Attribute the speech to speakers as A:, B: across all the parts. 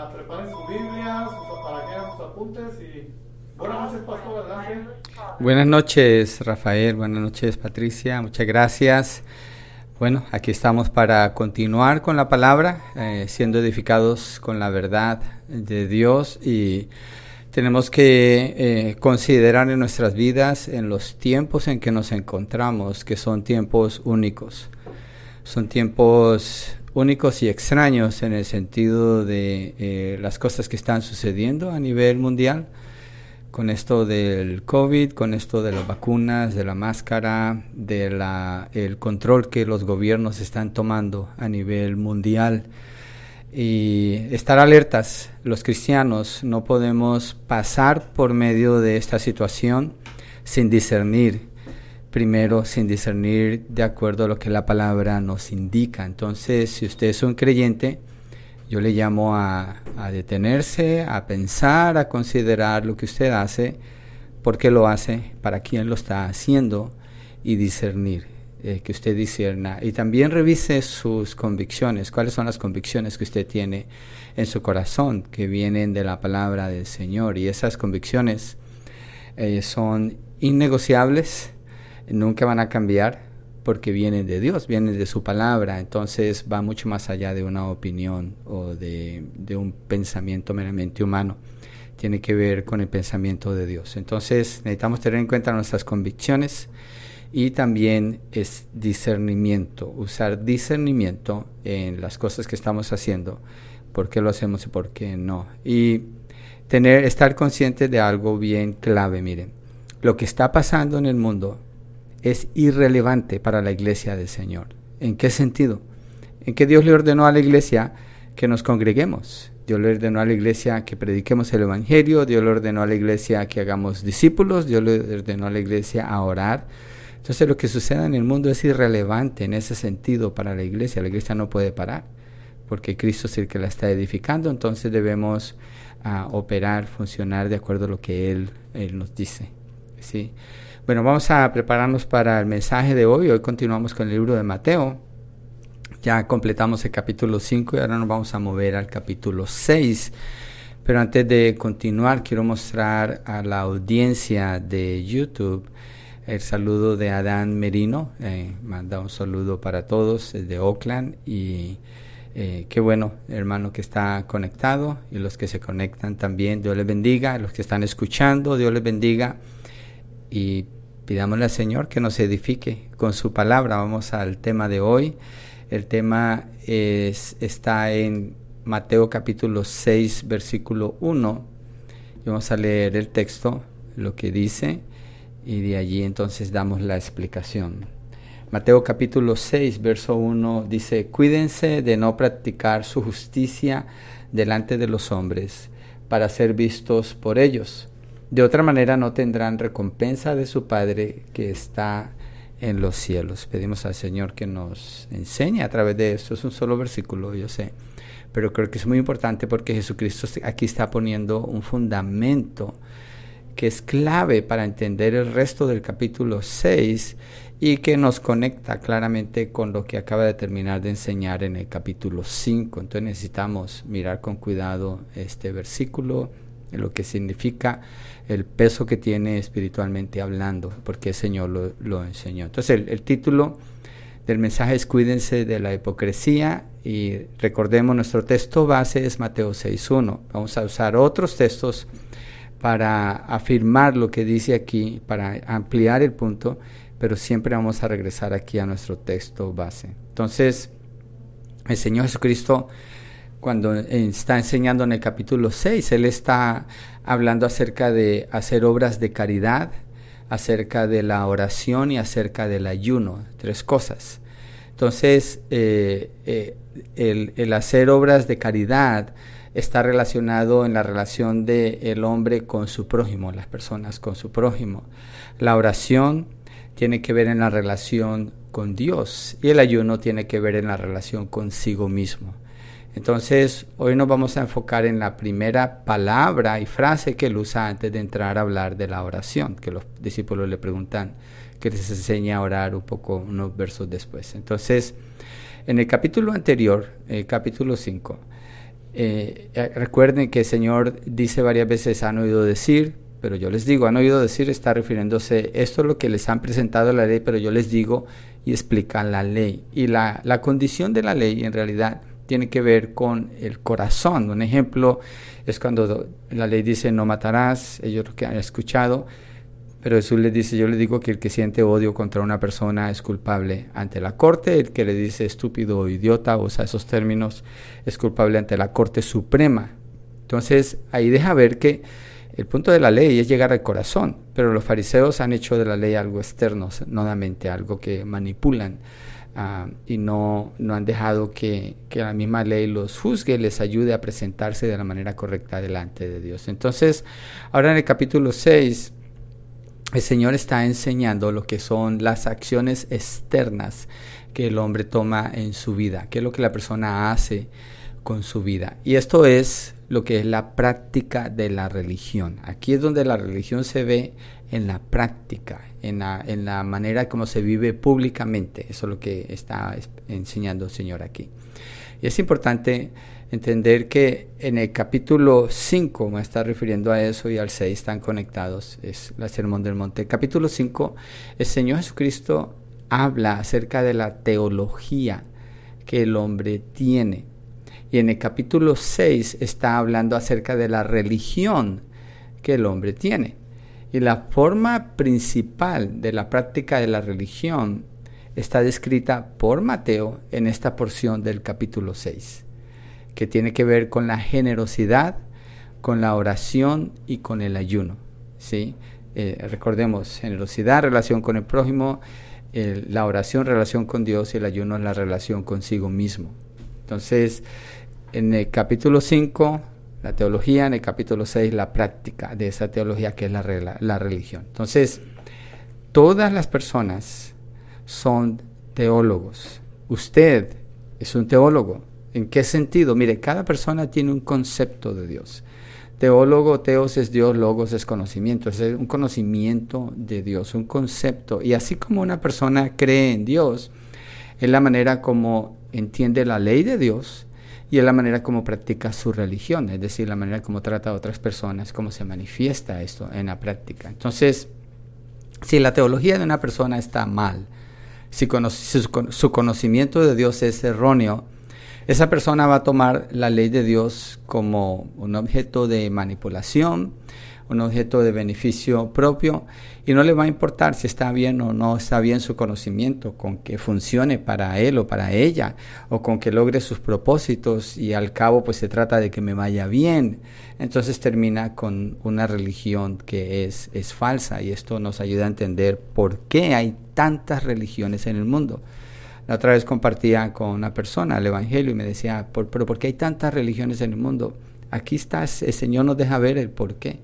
A: preparen su Biblia, para que hagan sus apuntes y buenas noches, pastor, adelante.
B: Buenas noches, Rafael, buenas noches, Patricia, muchas gracias. Bueno, aquí estamos para continuar con la palabra, siendo edificados con la verdad de Dios, y tenemos que considerar en nuestras vidas, en los tiempos en que nos encontramos, que son tiempos únicos. Son tiempos únicos y extraños en el sentido de las cosas que están sucediendo a nivel mundial, con esto del COVID, con esto de las vacunas, de la máscara, el control que los gobiernos están tomando a nivel mundial. Y estar alertas, los cristianos no podemos pasar por medio de esta situación sin discernir. Primero, sin discernir de acuerdo a lo que la palabra nos indica. Entonces, si usted es un creyente, yo le llamo a detenerse, a pensar, a considerar lo que usted hace, por qué lo hace, para quién lo está haciendo, y discernir, que usted discierna. Y también revise sus convicciones, cuáles son las convicciones que usted tiene en su corazón, que vienen de la palabra del Señor. Y esas convicciones son innegociables, nunca van a cambiar, porque vienen de Dios, vienen de su palabra. Entonces va mucho más allá de una opinión o de un pensamiento meramente humano. Tiene que ver con el pensamiento de Dios. Entonces necesitamos tener en cuenta nuestras convicciones, y también es discernimiento, usar discernimiento en las cosas que estamos haciendo, por qué lo hacemos y por qué no. Y estar consciente de algo bien clave. Miren, lo que está pasando en el mundo es irrelevante para la iglesia del Señor. ¿En qué sentido? En que Dios le ordenó a la iglesia que nos congreguemos. Dios le ordenó a la iglesia que prediquemos el evangelio. Dios le ordenó a la iglesia que hagamos discípulos. Dios le ordenó a la iglesia a orar. Entonces lo que suceda en el mundo es irrelevante en ese sentido para la iglesia. La iglesia no puede parar, porque Cristo es el que la está edificando. Entonces debemos operar, funcionar de acuerdo a lo que Él nos dice, ¿sí? Bueno, vamos a prepararnos para el mensaje de hoy. Hoy continuamos con el libro de Mateo. Ya completamos el capítulo 5 y ahora nos vamos a mover al capítulo 6. Pero antes de continuar, quiero mostrar a la audiencia de YouTube el saludo de Adán Merino. Manda un saludo para todos desde Oakland. Y qué bueno, hermano, que está conectado, y los que se conectan también. Dios les bendiga. Los que están escuchando, Dios les bendiga. Y pidámosle al Señor que nos edifique con su palabra. Vamos al tema de hoy. El tema está en Mateo capítulo 6, versículo 1. Y vamos a leer el texto, lo que dice, y de allí entonces damos la explicación. Mateo capítulo 6, verso 1 dice: cuídense de no practicar su justicia delante de los hombres, para ser vistos por ellos. De otra manera no tendrán recompensa de su Padre que está en los cielos. Pedimos al Señor que nos enseñe a través de esto. Es un solo versículo, yo sé, pero creo que es muy importante porque Jesucristo aquí está poniendo un fundamento que es clave para entender el resto del capítulo 6 y que nos conecta claramente con lo que acaba de terminar de enseñar en el capítulo 5. Entonces necesitamos mirar con cuidado este versículo, lo que significa, el peso que tiene espiritualmente hablando, porque el Señor lo enseñó. Entonces el título del mensaje es: cuídense de la hipocresía, y recordemos, nuestro texto base es Mateo 6.1. Vamos a usar otros textos para afirmar lo que dice aquí, para ampliar el punto, pero siempre vamos a regresar aquí a nuestro texto base. Entonces, el Señor Jesucristo, cuando está enseñando en el capítulo 6, Él está hablando acerca de hacer obras de caridad, acerca de la oración y acerca del ayuno. 3 cosas. Entonces, el hacer obras de caridad está relacionado en la relación del hombre con su prójimo, las personas con su prójimo. La oración tiene que ver en la relación con Dios, y el ayuno tiene que ver en la relación consigo mismo. Entonces, hoy nos vamos a enfocar en la primera palabra y frase que él usa antes de entrar a hablar de la oración, que los discípulos le preguntan que les enseñe a orar un poco, unos versos después. Entonces, en el capítulo anterior, el capítulo 5, Recuerden que el Señor dice varias veces, han oído decir, pero yo les digo, han oído decir, está refiriéndose, esto es lo que les han presentado la ley, pero yo les digo, y explica la ley. Y la condición de la ley en realidad tiene que ver con el corazón. Un ejemplo es cuando la ley dice no matarás, ellos lo que han escuchado, pero Jesús les dice, yo les digo que el que siente odio contra una persona es culpable ante la corte, el que le dice estúpido o idiota, o sea, esos términos, es culpable ante la Corte Suprema. Entonces, ahí deja ver que el punto de la ley es llegar al corazón, pero los fariseos han hecho de la ley algo externo, nuevamente algo que manipulan, y no han dejado que la misma ley los juzgue, les ayude a presentarse de la manera correcta delante de Dios. Entonces, ahora en el capítulo 6, el Señor está enseñando lo que son las acciones externas que el hombre toma en su vida, qué es lo que la persona hace con su vida. Y esto es lo que es la práctica de la religión. Aquí es donde la religión se ve en la práctica, en la manera como se vive públicamente. Eso es lo que está enseñando el Señor aquí. Y es importante entender que en el capítulo 5, me está refiriendo a eso, y al 6 están conectados, es el Sermón del Monte. El capítulo 5, el Señor Jesucristo habla acerca de la teología que el hombre tiene. Y en el capítulo 6 está hablando acerca de la religión que el hombre tiene. Y la forma principal de la práctica de la religión está descrita por Mateo en esta porción del capítulo 6, que tiene que ver con la generosidad, con la oración y con el ayuno, ¿sí? Recordemos, generosidad, relación con el prójimo, la oración, relación con Dios, y el ayuno es la relación consigo mismo. Entonces, en el capítulo 5, la teología, en el capítulo 6, la práctica de esa teología que es la religión. Entonces, todas las personas son teólogos. Usted es un teólogo. ¿En qué sentido? Mire, cada persona tiene un concepto de Dios. Teólogo, teos es Dios, logos es conocimiento, es un conocimiento de Dios, un concepto. Y así como una persona cree en Dios, es la manera como entiende la ley de Dios y es la manera como practica su religión, es decir, la manera como trata a otras personas, cómo se manifiesta esto en la práctica. Entonces, si la teología de una persona está mal, si su conocimiento de Dios es erróneo, esa persona va a tomar la ley de Dios como un objeto de manipulación, un objeto de beneficio propio, y no le va a importar si está bien o no está bien su conocimiento, con que funcione para él o para ella, o con que logre sus propósitos, y al cabo pues se trata de que me vaya bien. Entonces termina con una religión que es falsa, y esto nos ayuda a entender por qué hay tantas religiones en el mundo. La otra vez compartía con una persona el Evangelio y me decía, pero ¿por qué hay tantas religiones en el mundo? Aquí está, el Señor nos deja ver el por qué.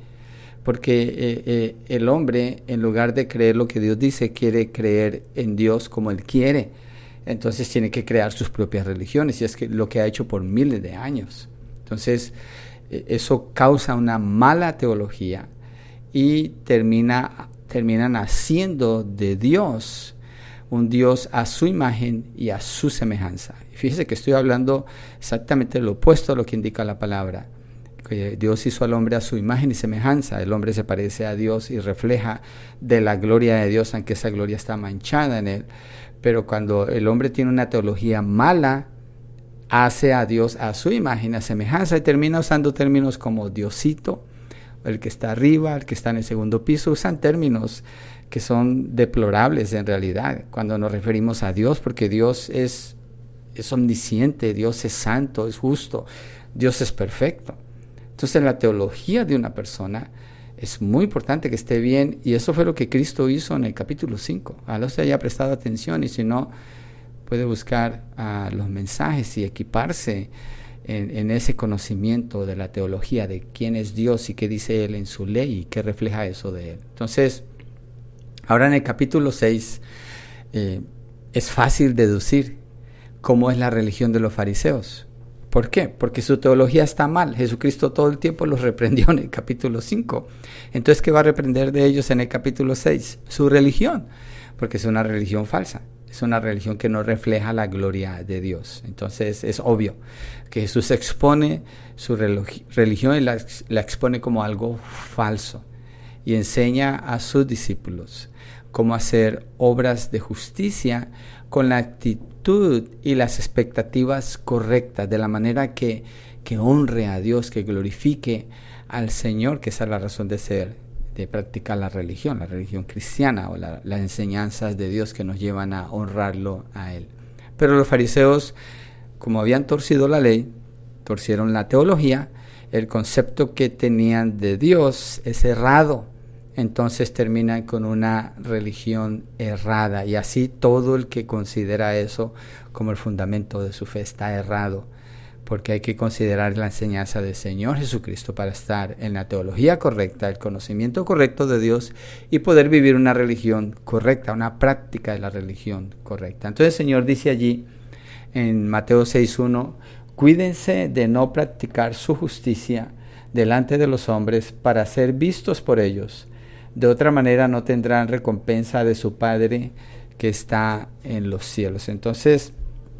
B: Porque el hombre, en lugar de creer lo que Dios dice, quiere creer en Dios como Él quiere. Entonces tiene que crear sus propias religiones, y es que lo que ha hecho por miles de años. Entonces eso causa una mala teología y terminan haciendo de Dios un Dios a su imagen y a su semejanza. Y fíjese que estoy hablando exactamente lo opuesto a lo que indica la palabra. Que Dios hizo al hombre a su imagen y semejanza. El hombre se parece a Dios y refleja de la gloria de Dios, aunque esa gloria está manchada en él. Pero cuando el hombre tiene una teología mala, hace a Dios a su imagen, a semejanza, y termina usando términos como Diosito, el que está arriba, el que está en el segundo piso. Usan términos que son deplorables en realidad cuando nos referimos a Dios, porque Dios es omnisciente, Dios es santo, es justo, Dios es perfecto. Entonces la teología de una persona es muy importante que esté bien, y eso fue lo que Cristo hizo en el capítulo 5. Ojalá usted haya prestado atención, y si no, puede buscar los mensajes y equiparse en ese conocimiento de la teología, de quién es Dios y qué dice Él en su ley y qué refleja eso de Él. Entonces, ahora en el capítulo 6 es fácil deducir cómo es la religión de los fariseos. ¿Por qué? Porque su teología está mal. Jesucristo todo el tiempo los reprendió en el capítulo 5. Entonces, ¿qué va a reprender de ellos en el capítulo 6? Su religión, porque es una religión falsa. es una religión que no refleja la gloria de Dios. Entonces es obvio que Jesús expone su religión y la expone como algo falso y enseña a sus discípulos cómo hacer obras de justicia con la actitud y las expectativas correctas, de la manera que honre a Dios, que glorifique al Señor, que esa es la razón de ser, de practicar la religión cristiana o las enseñanzas de Dios que nos llevan a honrarlo a Él. Pero los fariseos, como habían torcido la ley, torcieron la teología, el concepto que tenían de Dios es errado. Entonces terminan con una religión errada, y así todo el que considera eso como el fundamento de su fe está errado, porque hay que considerar la enseñanza del Señor Jesucristo para estar en la teología correcta, el conocimiento correcto de Dios y poder vivir una religión correcta, una práctica de la religión correcta. Entonces el Señor dice allí en Mateo 6:1, cuídense de no practicar su justicia delante de los hombres para ser vistos por ellos. De otra manera no tendrán recompensa de su Padre que está en los cielos. Entonces,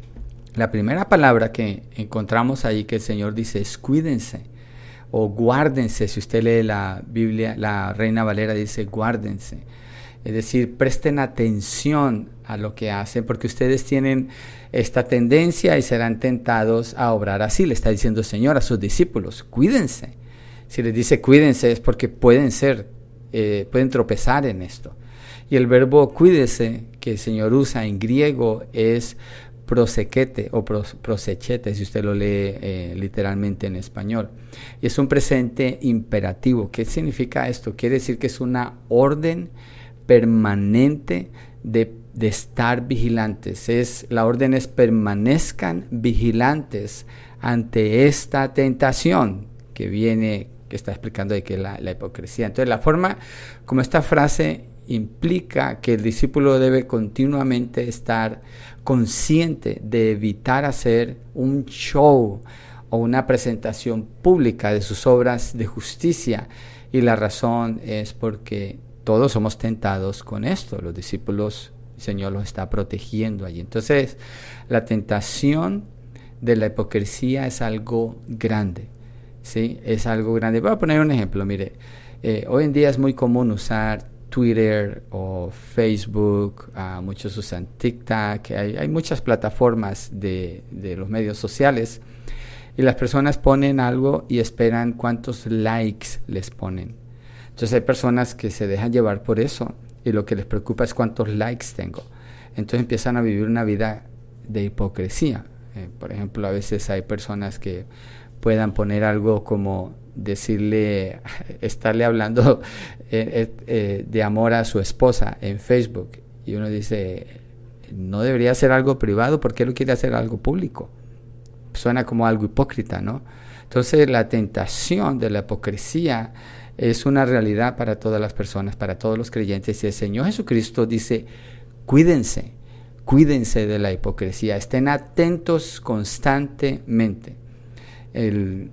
B: la primera palabra que encontramos ahí que el Señor dice es cuídense o guárdense. Si usted lee la Biblia, la Reina Valera dice guárdense. Es decir, presten atención a lo que hacen, porque ustedes tienen esta tendencia y serán tentados a obrar así. Le está diciendo el Señor a sus discípulos, cuídense. Si les dice cuídense es porque pueden tropezar en esto. Y el verbo cuídese que el Señor usa en griego es prosequete o prosechete, si usted lo lee literalmente en español. Y es un presente imperativo. ¿Qué significa esto? Quiere decir que es una orden permanente de estar vigilantes. La orden es permanezcan vigilantes ante esta tentación que está explicando de que es la hipocresía. Entonces, la forma como esta frase implica que el discípulo debe continuamente estar consciente de evitar hacer un show o una presentación pública de sus obras de justicia, y la razón es porque todos somos tentados con esto. Los discípulos, el Señor los está protegiendo allí. Entonces, la tentación de la hipocresía es algo grande. ¿Sí? Es algo grande. Voy a poner un ejemplo. Mire, hoy en día es muy común usar Twitter o Facebook, muchos usan TikTok, hay muchas plataformas de los medios sociales, y las personas ponen algo y esperan cuántos likes les ponen. Entonces hay personas que se dejan llevar por eso y lo que les preocupa es cuántos likes tengo. Entonces empiezan a vivir una vida de hipocresía. Por ejemplo, a veces hay personas que puedan poner algo como estarle hablando de amor a su esposa en Facebook, y uno dice, no debería ser algo privado, ¿por qué lo quiere hacer algo público? Suena como algo hipócrita, ¿no? Entonces la tentación de la hipocresía es una realidad para todas las personas, para todos los creyentes, y el Señor Jesucristo dice, cuídense de la hipocresía, estén atentos constantemente. El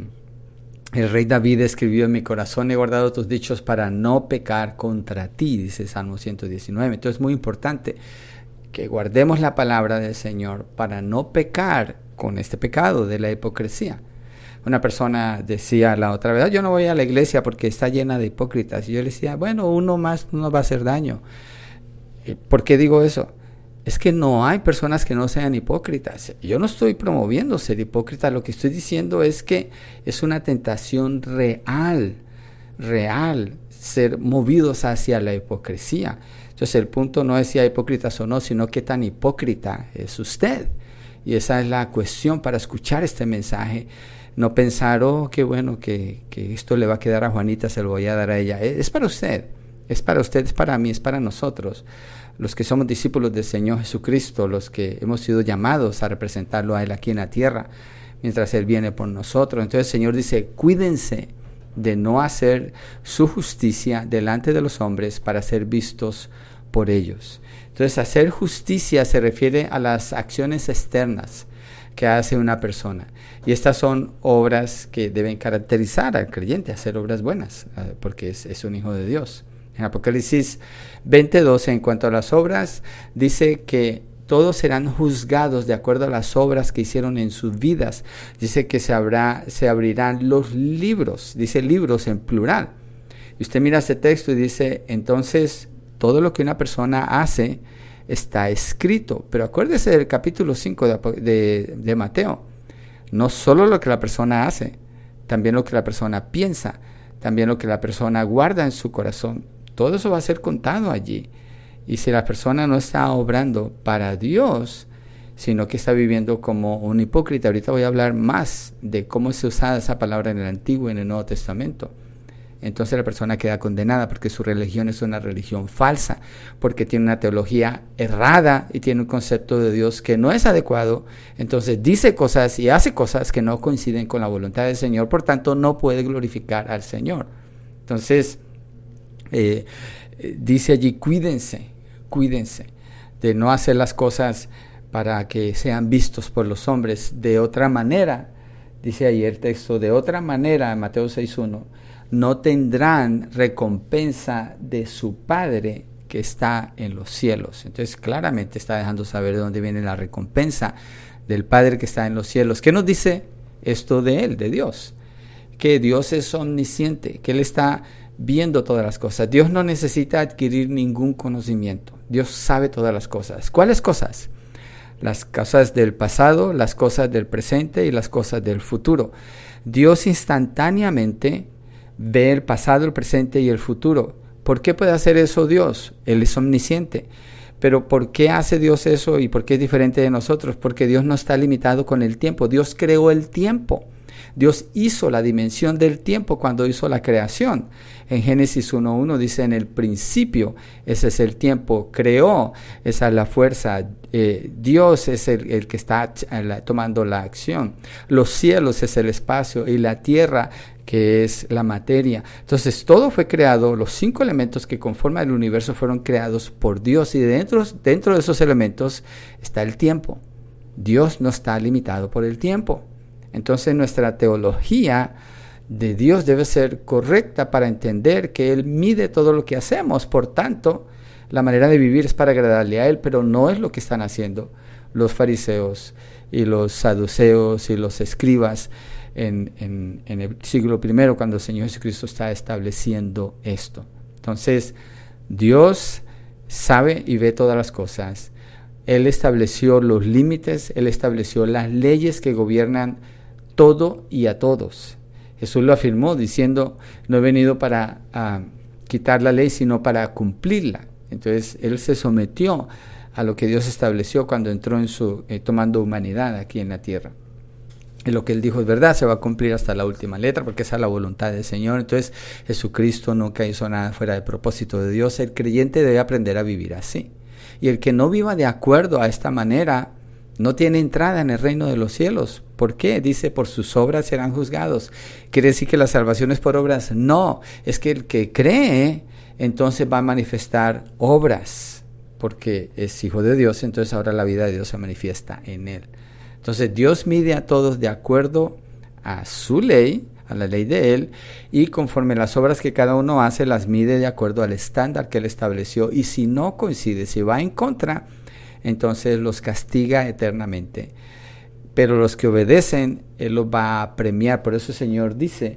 B: rey David escribió, en mi corazón he guardado tus dichos para no pecar contra ti, dice Salmo 119. Entonces es muy importante que guardemos la palabra del Señor para no pecar con este pecado de la hipocresía. Una persona decía la otra vez, yo no voy a la iglesia porque está llena de hipócritas. Y yo le decía, bueno, uno más no va a hacer daño. ¿Por qué digo eso? Es que no hay personas que no sean hipócritas. Yo no estoy promoviendo ser hipócrita. Lo que estoy diciendo es que es una tentación real, ser movidos hacia la hipocresía. Entonces el punto no es si hay hipócritas o no, sino qué tan hipócrita es usted. Y esa es la cuestión para escuchar este mensaje. No pensar, qué bueno que esto le va a quedar a Juanita, se lo voy a dar a ella. Es para usted, es para mí, es para nosotros. Los que somos discípulos del Señor Jesucristo, los que hemos sido llamados a representarlo a Él aquí en la tierra, mientras Él viene por nosotros. Entonces el Señor dice, cuídense de no hacer su justicia delante de los hombres para ser vistos por ellos. Entonces hacer justicia se refiere a las acciones externas que hace una persona. Y estas son obras que deben caracterizar al creyente, hacer obras buenas, porque es un hijo de Dios. En Apocalipsis 20:12, en cuanto a las obras, dice que todos serán juzgados de acuerdo a las obras que hicieron en sus vidas. Dice que se abrirán los libros, dice libros en plural. Y usted mira ese texto y dice, entonces, todo lo que una persona hace está escrito. Pero acuérdese del capítulo 5 de Mateo. No solo lo que la persona hace, también lo que la persona piensa, también lo que la persona guarda en su corazón. Todo eso va a ser contado allí. Y si la persona no está obrando para Dios, sino que está viviendo como un hipócrita, ahorita voy a hablar más de cómo se usa esa palabra en el Antiguo y en el Nuevo Testamento. Entonces la persona queda condenada porque su religión es una religión falsa, porque tiene una teología errada y tiene un concepto de Dios que no es adecuado. Entonces dice cosas y hace cosas que no coinciden con la voluntad del Señor, por tanto no puede glorificar al Señor. Entonces dice allí, cuídense de no hacer las cosas para que sean vistos por los hombres. De otra manera, dice ahí el texto, de otra manera, en Mateo 6:1, no tendrán recompensa de su Padre que está en los cielos. Entonces claramente está dejando saber de dónde viene la recompensa del Padre que está en los cielos. ¿Qué nos dice esto de Él, de Dios? Que Dios es omnisciente, que Él está viendo todas las cosas. Dios no necesita adquirir ningún conocimiento. Dios sabe todas las cosas. ¿Cuáles cosas? Las cosas del pasado, las cosas del presente y las cosas del futuro. Dios instantáneamente ve el pasado, el presente y el futuro. ¿Por qué puede hacer eso Dios? Él es omnisciente. Pero ¿por qué hace Dios eso y por qué es diferente de nosotros? Porque Dios no está limitado con el tiempo. Dios creó el tiempo. Dios hizo la dimensión del tiempo cuando hizo la creación. En Génesis 1:1 dice, en el principio, ese es el tiempo, creó, esa es la fuerza. Dios es el que está tomando la acción. Los cielos es el espacio y la tierra que es la materia. Entonces todo fue creado, los 5 elementos que conforman el universo fueron creados por Dios y dentro de esos elementos está el tiempo. Dios no está limitado por el tiempo. Entonces nuestra teología de Dios debe ser correcta para entender que Él mide todo lo que hacemos. Por tanto, la manera de vivir es para agradarle a Él, pero no es lo que están haciendo los fariseos y los saduceos y los escribas en el siglo I, cuando el Señor Jesucristo está estableciendo esto. Entonces, Dios sabe y ve todas las cosas. Él estableció los límites, Él estableció las leyes que gobiernan todo y a todos. Jesús lo afirmó diciendo, no he venido para quitar la ley, sino para cumplirla. Entonces, Él se sometió a lo que Dios estableció cuando entró en tomando humanidad aquí en la tierra. Y lo que Él dijo es verdad, se va a cumplir hasta la última letra, porque esa es la voluntad del Señor. Entonces, Jesucristo nunca hizo nada fuera del propósito de Dios. El creyente debe aprender a vivir así. Y el que no viva de acuerdo a esta manera, no tiene entrada en el reino de los cielos. ¿Por qué? Dice, por sus obras serán juzgados. ¿Quiere decir que la salvación es por obras? No, es que el que cree, entonces va a manifestar obras, porque es hijo de Dios, entonces ahora la vida de Dios se manifiesta en él. Entonces Dios mide a todos de acuerdo a su ley, a la ley de Él, y conforme las obras que cada uno hace, las mide de acuerdo al estándar que Él estableció, y si no coincide, si va en contra, entonces los castiga eternamente. Pero los que obedecen, Él los va a premiar. Por eso el Señor dice,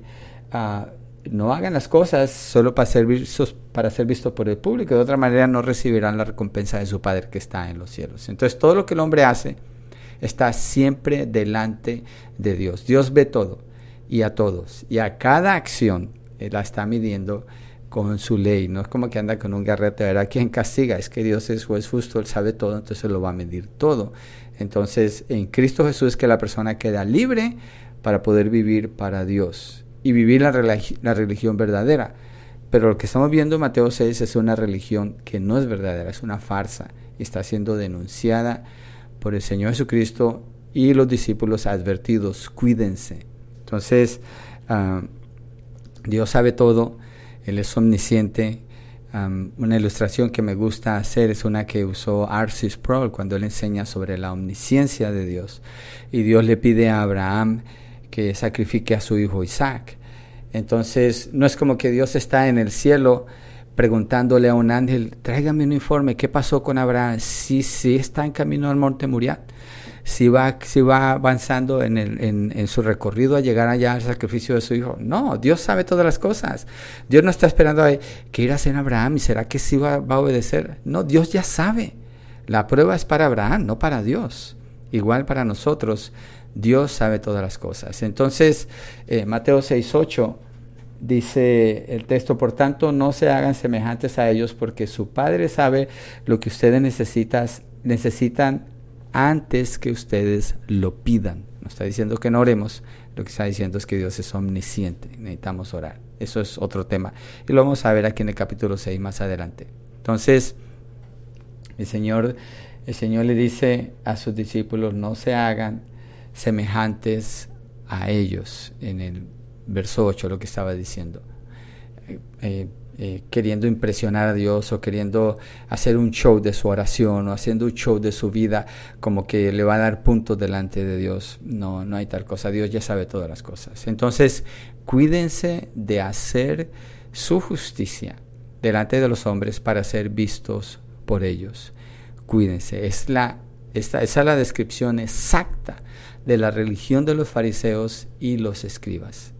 B: no hagan las cosas solo para ser vistos por el público, de otra manera no recibirán la recompensa de su Padre que está en los cielos. Entonces todo lo que el hombre hace está siempre delante de Dios. Dios ve todo y a todos, y a cada acción Él la está midiendo con su ley. No es como que anda con un garrote a ver a quién castiga. Es que Dios es juez justo, Él sabe todo, entonces lo va a medir todo. Entonces en Cristo Jesús es que la persona queda libre para poder vivir para Dios y vivir la religión verdadera. Pero lo que estamos viendo en Mateo 6 es una religión que no es verdadera, es una farsa, y está siendo denunciada por el Señor Jesucristo y los discípulos advertidos, cuídense. Entonces, Dios sabe todo, Él es omnisciente. Una ilustración que me gusta hacer es una que usó R.C. Sproul cuando él enseña sobre la omnisciencia de Dios. Y Dios le pide a Abraham que sacrifique a su hijo Isaac. Entonces, no es como que Dios está en el cielo preguntándole a un ángel, tráigame un informe, ¿qué pasó con Abraham? Sí está en camino al monte Moriah. Si va avanzando en su recorrido a llegar allá al sacrificio de su hijo. No, Dios sabe todas las cosas. Dios no está esperando que irá a hacer Abraham y será que sí va a obedecer. No, Dios ya sabe. La prueba es para Abraham, no para Dios. Igual para nosotros, Dios sabe todas las cosas. Entonces, Mateo 6:8 dice el texto, por tanto, no se hagan semejantes a ellos, porque su Padre sabe lo que ustedes necesitan antes que ustedes lo pidan. No está diciendo que no oremos, lo que está diciendo es que Dios es omnisciente, necesitamos orar. Eso es otro tema, y lo vamos a ver aquí en el capítulo 6 más adelante. Entonces, el Señor le dice a sus discípulos, no se hagan semejantes a ellos, en el verso 8, lo que estaba diciendo. Queriendo impresionar a Dios o queriendo hacer un show de su oración o haciendo un show de su vida, como que le va a dar puntos delante de Dios. No hay tal cosa. Dios ya sabe todas las cosas. Entonces, cuídense de hacer su justicia delante de los hombres para ser vistos por ellos. Cuídense. Esa es la descripción exacta de la religión de los fariseos y los escribas.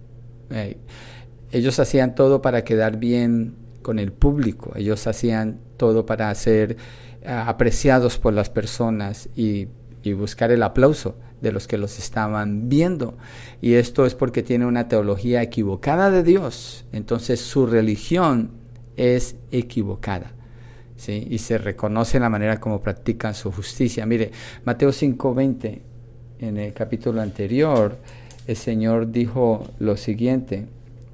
B: Ellos hacían todo para quedar bien con el público. Ellos hacían todo para ser apreciados por las personas y buscar el aplauso de los que los estaban viendo. Y esto es porque tienen una teología equivocada de Dios. Entonces su religión es equivocada, ¿sí? Y se reconoce en la manera como practican su justicia. Mire, Mateo 5:20, en el capítulo anterior, el Señor dijo lo siguiente.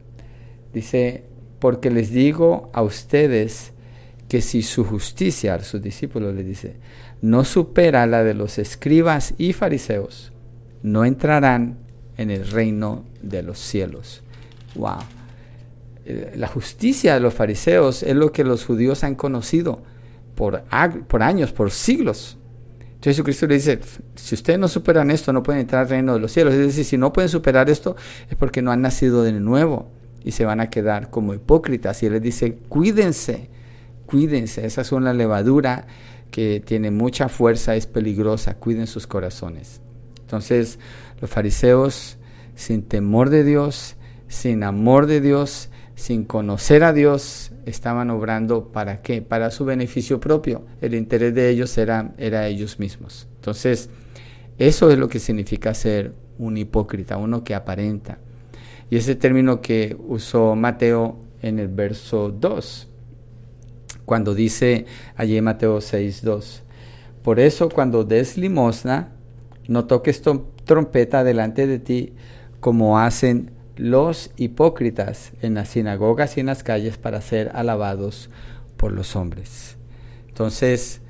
B: Dice, porque les digo a ustedes que si su justicia, a sus discípulos les dice, no supera la de los escribas y fariseos, no entrarán en el reino de los cielos. Wow. La justicia de los fariseos es lo que los judíos han conocido por años, por siglos. Entonces Jesucristo le dice, si ustedes no superan esto, no pueden entrar al reino de los cielos. Es decir, si no pueden superar esto, es porque no han nacido de nuevo y se van a quedar como hipócritas. Y Él les dice, cuídense, esa es una levadura que tiene mucha fuerza, es peligrosa, cuiden sus corazones. Entonces, los fariseos, sin temor de Dios, sin amor de Dios, sin conocer a Dios, estaban obrando ¿para qué? Para su beneficio propio. El interés de ellos era ellos mismos. Entonces, eso es lo que significa ser un hipócrita, uno que aparenta. Y ese término que usó Mateo en el verso 2, cuando dice allí en Mateo 6:2, por eso cuando des limosna, no toques trompeta delante de ti, como hacen los hipócritas en las sinagogas y en las calles para ser alabados por los hombres. Entonces,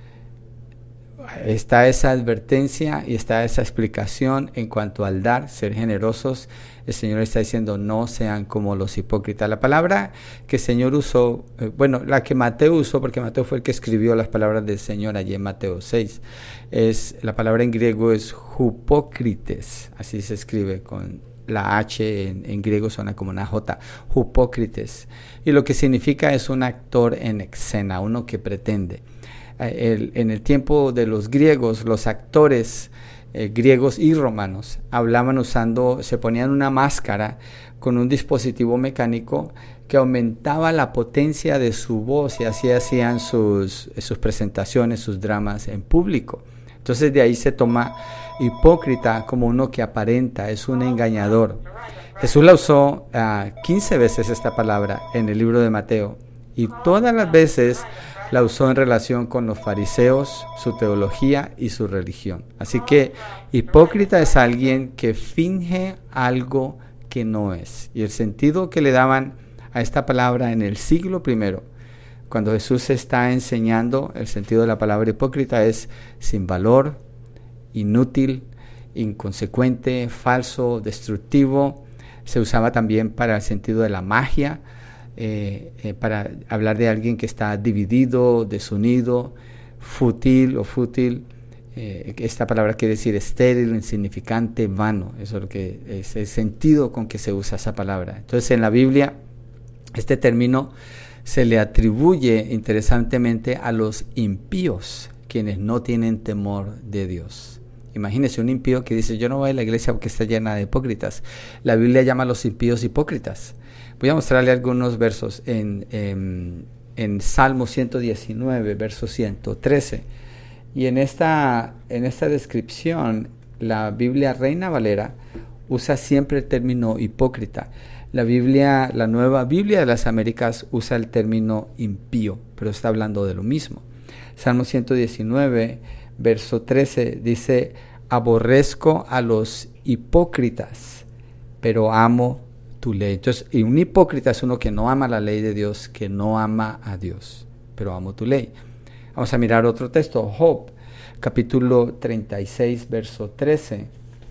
B: está esa advertencia y está esa explicación en cuanto al dar, ser generosos. El Señor está diciendo, no sean como los hipócritas. La palabra que el Señor usó, la que Mateo usó, porque Mateo fue el que escribió las palabras del Señor allí en Mateo 6, la palabra en griego es hupócrites, así se escribe con la H en griego suena como una J, hupócrites. Y lo que significa es un actor en escena, uno que pretende. En el tiempo de los griegos, los actores griegos y romanos se ponían una máscara con un dispositivo mecánico que aumentaba la potencia de su voz y así hacían sus presentaciones, sus dramas en público. Entonces de ahí se toma hipócrita como uno que aparenta, es un engañador. Jesús la usó 15 veces esta palabra en el libro de Mateo y todas las veces la usó en relación con los fariseos, su teología y su religión. Así que hipócrita es alguien que finge algo que no es. Y el sentido que le daban a esta palabra en el siglo I, cuando Jesús está enseñando, el sentido de la palabra hipócrita es sin valor, inútil, inconsecuente, falso, destructivo. Se usaba también para el sentido de la magia, para hablar de alguien que está dividido, desunido, fútil. Esta palabra quiere decir estéril, insignificante, vano. Eso es lo que es el sentido con que se usa esa palabra. Entonces en la Biblia este término se le atribuye interesantemente a los impíos, quienes no tienen temor de Dios. Imagínese un impío que dice, yo no voy a la iglesia porque está llena de hipócritas. La Biblia llama a los impíos hipócritas. Voy a mostrarle algunos versos en Salmo 119, verso 113. Y en esta descripción, la Biblia Reina Valera usa siempre el término hipócrita. La Nueva Biblia de las Américas usa el término impío, pero está hablando de lo mismo. Salmo 119, verso 13, dice, aborrezco a los hipócritas, pero amo tu ley. Entonces, y un hipócrita es uno que no ama la ley de Dios, que no ama a Dios, pero amo tu ley. Vamos a mirar otro texto, Job, capítulo 36, verso 13.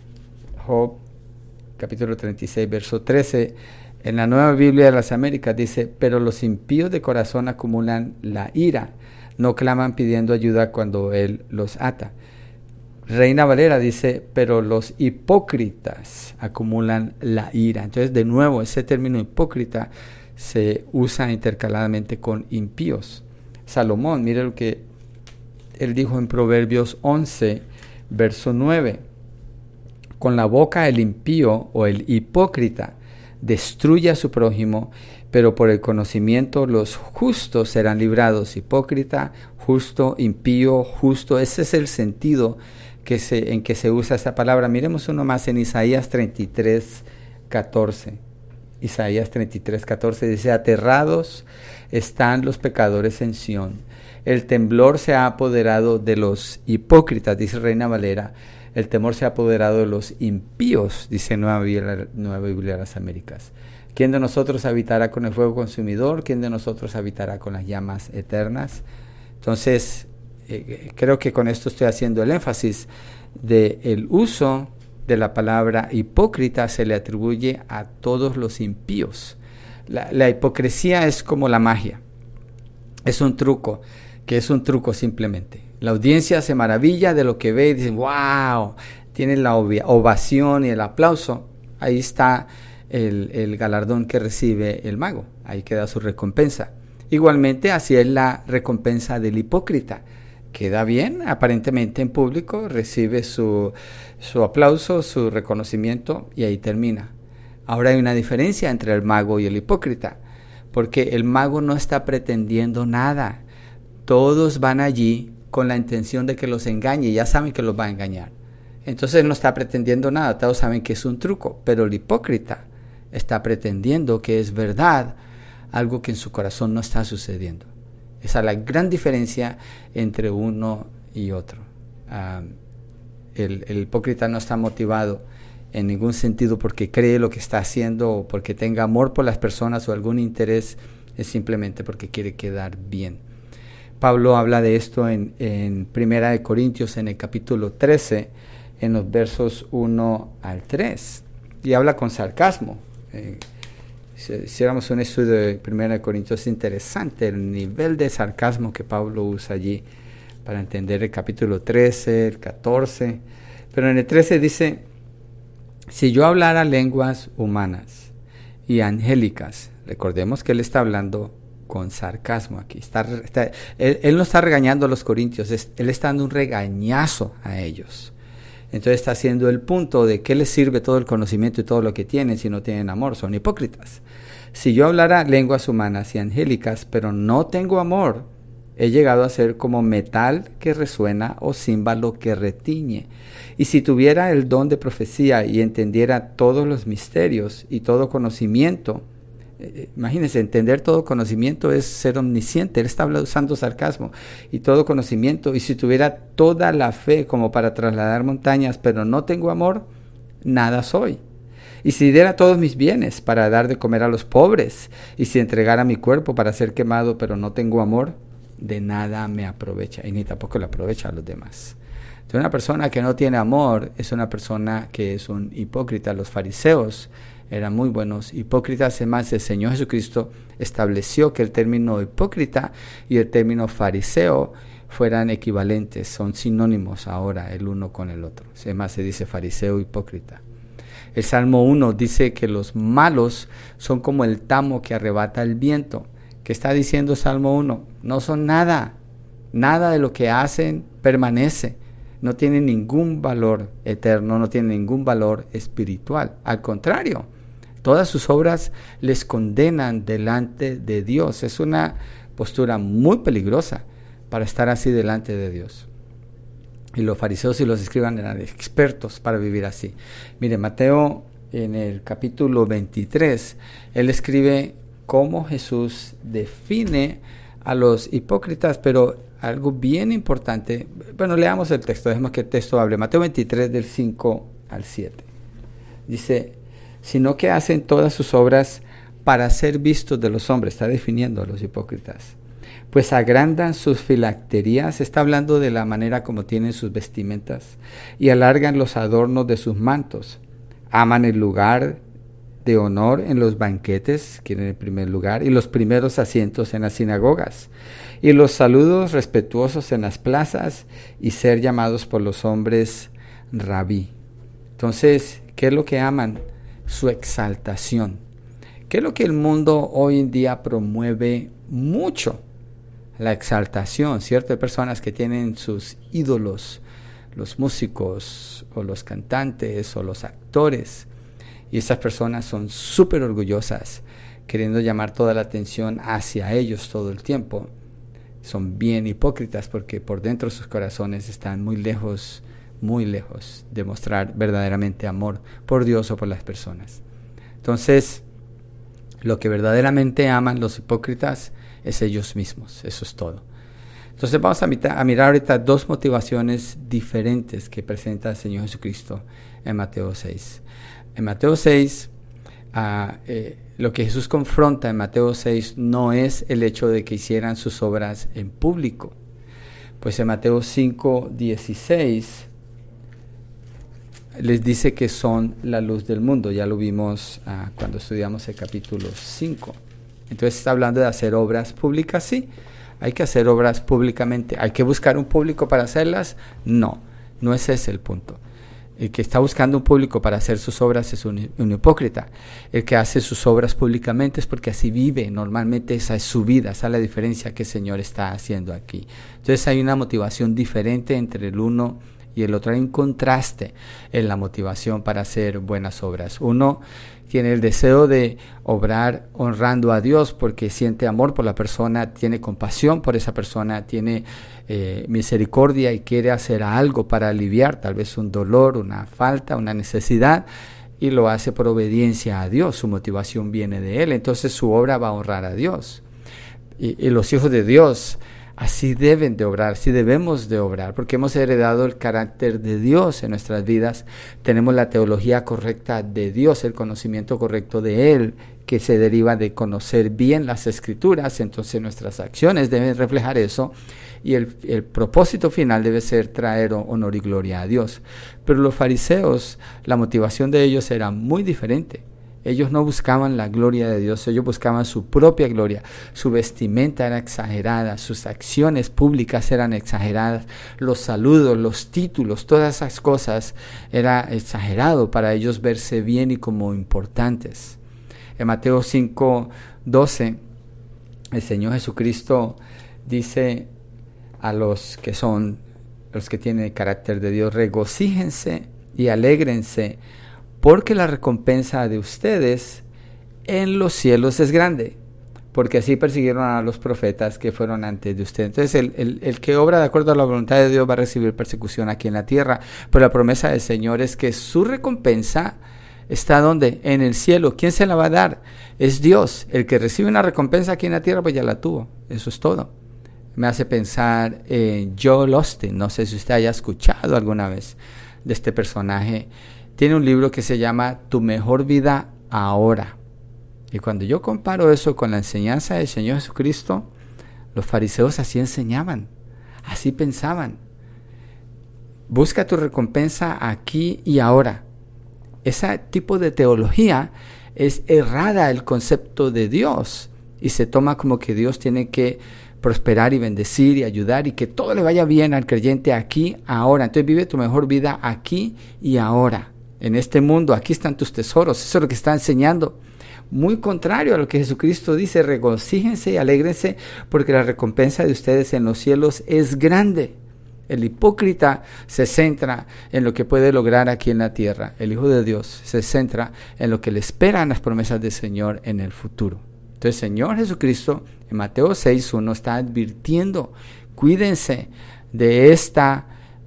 B: Job, capítulo 36, verso 13. En la Nueva Biblia de las Américas dice, pero los impíos de corazón acumulan la ira, no claman pidiendo ayuda cuando Él los ata. Reina Valera dice, pero los hipócritas acumulan la ira. Entonces, de nuevo, ese término hipócrita se usa intercaladamente con impíos. Salomón, mire lo que él dijo en Proverbios 11, verso 9. Con la boca el impío o el hipócrita destruye a su prójimo, pero por el conocimiento los justos serán librados. Hipócrita, justo, impío, justo. Ese es el sentido en que se usa esta palabra. Miremos uno más en Isaías 33, 14. Isaías 33, 14 dice, aterrados están los pecadores en Sión. El temblor se ha apoderado de los hipócritas, dice Reina Valera. El temor se ha apoderado de los impíos, dice Nueva Biblia de las Américas. ¿Quién de nosotros habitará con el fuego consumidor? ¿Quién de nosotros habitará con las llamas eternas? Entonces, creo que con esto estoy haciendo el énfasis del uso de la palabra hipócrita se le atribuye a todos los impíos. La hipocresía es como la magia. Es un truco, que es un truco simplemente. La audiencia se maravilla de lo que ve y dice, wow, tienen la ovación y el aplauso. Ahí está el galardón que recibe el mago. Ahí queda su recompensa. Igualmente, así es la recompensa del hipócrita. Queda bien, aparentemente en público, recibe su aplauso, su reconocimiento y ahí termina. Ahora hay una diferencia entre el mago y el hipócrita, porque el mago no está pretendiendo nada. Todos van allí con la intención de que los engañe, ya saben que los va a engañar. Entonces no está pretendiendo nada, todos saben que es un truco, pero el hipócrita está pretendiendo que es verdad algo que en su corazón no está sucediendo. Esa es la gran diferencia entre uno y otro. El hipócrita no está motivado en ningún sentido porque cree lo que está haciendo o porque tenga amor por las personas o algún interés, es simplemente porque quiere quedar bien. Pablo habla de esto en Primera de Corintios, en el capítulo 13, en los versos 1 al 3, y habla con sarcasmo. Si hiciéramos un estudio de Primera de Corintios, es interesante el nivel de sarcasmo que Pablo usa allí para entender el capítulo 13, el 14. Pero en el 13 dice, si yo hablara lenguas humanas y angélicas, recordemos que él está hablando con sarcasmo aquí. Él no está regañando a los corintios, él está dando un regañazo a ellos. Entonces está haciendo el punto de qué les sirve todo el conocimiento y todo lo que tienen si no tienen amor, son hipócritas. Si yo hablara lenguas humanas y angélicas, pero no tengo amor, he llegado a ser como metal que resuena o címbalo que retiñe. Y si tuviera el don de profecía y entendiera todos los misterios y todo conocimiento, imagínense, entender todo conocimiento es ser omnisciente. Él está usando sarcasmo. Y todo conocimiento, y si tuviera toda la fe como para trasladar montañas, pero no tengo amor, nada soy. Y si diera todos mis bienes para dar de comer a los pobres, y si entregara mi cuerpo para ser quemado, pero no tengo amor, de nada me aprovecha, y ni tampoco le aprovecha a los demás. Entonces, una persona que no tiene amor es una persona que es un hipócrita. Los fariseos eran muy buenos hipócritas. Además, el Señor Jesucristo estableció que el término hipócrita y el término fariseo fueran equivalentes, son sinónimos ahora el uno con el otro. Además, se dice fariseo, hipócrita. El Salmo 1 dice que los malos son como el tamo que arrebata el viento, que está diciendo Salmo 1, no son nada. Nada de lo que hacen permanece. No tienen ningún valor eterno, no tienen ningún valor espiritual. Al contrario, todas sus obras les condenan delante de Dios. Es una postura muy peligrosa para estar así delante de Dios. Y los fariseos y los escribas eran expertos para vivir así. Mire, Mateo en el capítulo 23, él escribe cómo Jesús define a los hipócritas, pero algo bien importante. Bueno, leamos el texto, dejemos que el texto hable. Mateo 23 del 5 al 7. Dice, sino que hacen todas sus obras para ser vistos de los hombres. Está definiendo a los hipócritas. Pues agrandan sus filacterías, está hablando de la manera como tienen sus vestimentas, y alargan los adornos de sus mantos. Aman el lugar de honor en los banquetes, quieren el primer lugar, y los primeros asientos en las sinagogas, y los saludos respetuosos en las plazas, y ser llamados por los hombres rabí. Entonces, ¿qué es lo que aman? Su exaltación. ¿Qué es lo que el mundo hoy en día promueve mucho? La exaltación, ¿cierto? Hay personas que tienen sus ídolos, los músicos o los cantantes o los actores, y esas personas son súper orgullosas, queriendo llamar toda la atención hacia ellos todo el tiempo. Son bien hipócritas porque por dentro sus corazones están muy lejos de mostrar verdaderamente amor por Dios o por las personas. Entonces, lo que verdaderamente aman los hipócritas es ellos mismos, eso es todo. Entonces vamos a mirar ahorita dos motivaciones diferentes que presenta el Señor Jesucristo en Mateo 6. En Mateo 6, lo que Jesús confronta en Mateo 6 no es el hecho de que hicieran sus obras en público. Pues en Mateo 5:16 les dice que son la luz del mundo. Ya lo vimos cuando estudiamos el capítulo 5. Entonces está hablando de hacer obras públicas, sí. Hay que hacer obras públicamente. ¿Hay que buscar un público para hacerlas? No es ese el punto. El que está buscando un público para hacer sus obras es un hipócrita. El que hace sus obras públicamente es porque así vive. Normalmente esa es su vida. Esa es la diferencia que el Señor está haciendo aquí. Entonces hay una motivación diferente entre el uno y el otro. Hay un contraste en la motivación para hacer buenas obras. Uno tiene el deseo de obrar honrando a Dios porque siente amor por la persona, tiene compasión por esa persona, tiene misericordia y quiere hacer algo para aliviar tal vez un dolor, una falta, una necesidad, y lo hace por obediencia a Dios. Su motivación viene de Él, entonces su obra va a honrar a Dios. Y los hijos de Dios así deben de obrar, así debemos de obrar, porque hemos heredado el carácter de Dios en nuestras vidas. Tenemos la teología correcta de Dios, el conocimiento correcto de Él, que se deriva de conocer bien las Escrituras. Entonces nuestras acciones deben reflejar eso, y el propósito final debe ser traer honor y gloria a Dios. Pero los fariseos, la motivación de ellos era muy diferente. Ellos no buscaban la gloria de Dios, ellos buscaban su propia gloria. Su vestimenta era exagerada, sus acciones públicas eran exageradas, los saludos, los títulos, todas esas cosas era exagerado para ellos verse bien y como importantes. En Mateo 5:12, el Señor Jesucristo dice a los que tienen el carácter de Dios: regocíjense y alégrense, porque la recompensa de ustedes en los cielos es grande, porque así persiguieron a los profetas que fueron antes de ustedes. Entonces el que obra de acuerdo a la voluntad de Dios va a recibir persecución aquí en la tierra, pero la promesa del Señor es que su recompensa está ¿dónde? En el cielo. ¿Quién se la va a dar? Es Dios. El que recibe una recompensa aquí en la tierra pues ya la tuvo, eso es todo. Me hace pensar en Joel Osteen, no sé si usted haya escuchado alguna vez de este personaje. Tiene un libro que se llama Tu mejor vida ahora. Y cuando yo comparo eso con la enseñanza del Señor Jesucristo, los fariseos así enseñaban, así pensaban. Busca tu recompensa aquí y ahora. Ese tipo de teología es errada el concepto de Dios, y se toma como que Dios tiene que prosperar y bendecir y ayudar y que todo le vaya bien al creyente aquí, ahora. Entonces vive tu mejor vida aquí y ahora. En este mundo, aquí están tus tesoros. Eso es lo que está enseñando. muy contrario a lo que Jesucristo dice: regocíjense y alégrense porque la recompensa de ustedes en los cielos es grande. El hipócrita se centra en lo que puede lograr aquí en la tierra. El Hijo de Dios se centra en lo que le esperan las promesas del Señor en el futuro. Entonces el Señor Jesucristo en Mateo 6:1 está advirtiendo: cuídense de esta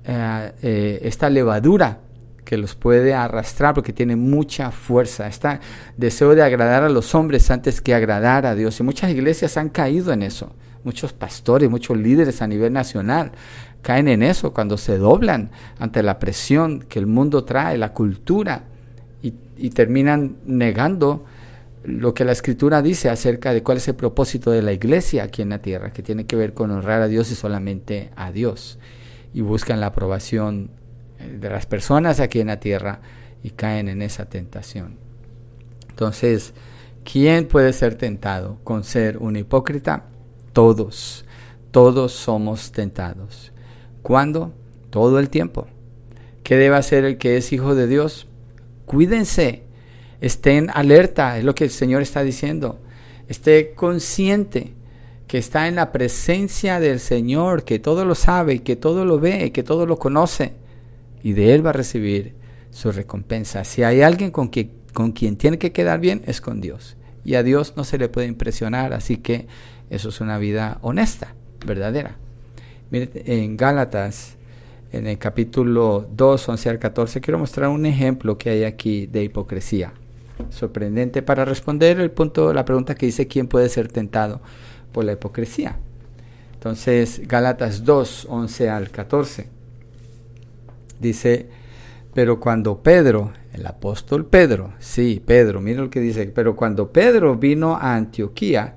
B: levadura que los puede arrastrar, porque tiene mucha fuerza. Este deseo de agradar a los hombres antes que agradar a Dios. Y muchas iglesias han caído en eso. Muchos pastores, muchos líderes a nivel nacional caen en eso cuando se doblan ante la presión que el mundo trae, la cultura, y terminan negando lo que la Escritura dice acerca de cuál es el propósito de la iglesia aquí en la tierra, que tiene que ver con honrar a Dios y solamente a Dios. Y buscan la aprobación de las personas aquí en la tierra y caen en esa tentación. Entonces, ¿quién puede ser tentado con ser un hipócrita? Todos somos tentados. ¿Cuándo? Todo el tiempo. ¿Qué debe hacer el que es hijo de Dios? Cuídense, estén alerta, es lo que el Señor está diciendo. Esté consciente que está en la presencia del Señor, que todo lo sabe, que todo lo ve, que todo lo conoce, y de Él va a recibir su recompensa. Si hay alguien con quien tiene que quedar bien, es con Dios. Y a Dios no se le puede impresionar, así que eso es una vida honesta, verdadera. Miren, en Gálatas, en el capítulo 2, 11 al 14, quiero mostrar un ejemplo que hay aquí de hipocresía. Sorprendente para responder la pregunta que dice: ¿quién puede ser tentado por la hipocresía? Entonces, Gálatas 2, 11 al 14, dice: pero cuando Pedro, el apóstol Pedro, sí, Pedro, mira lo que dice: pero cuando Pedro vino a Antioquía,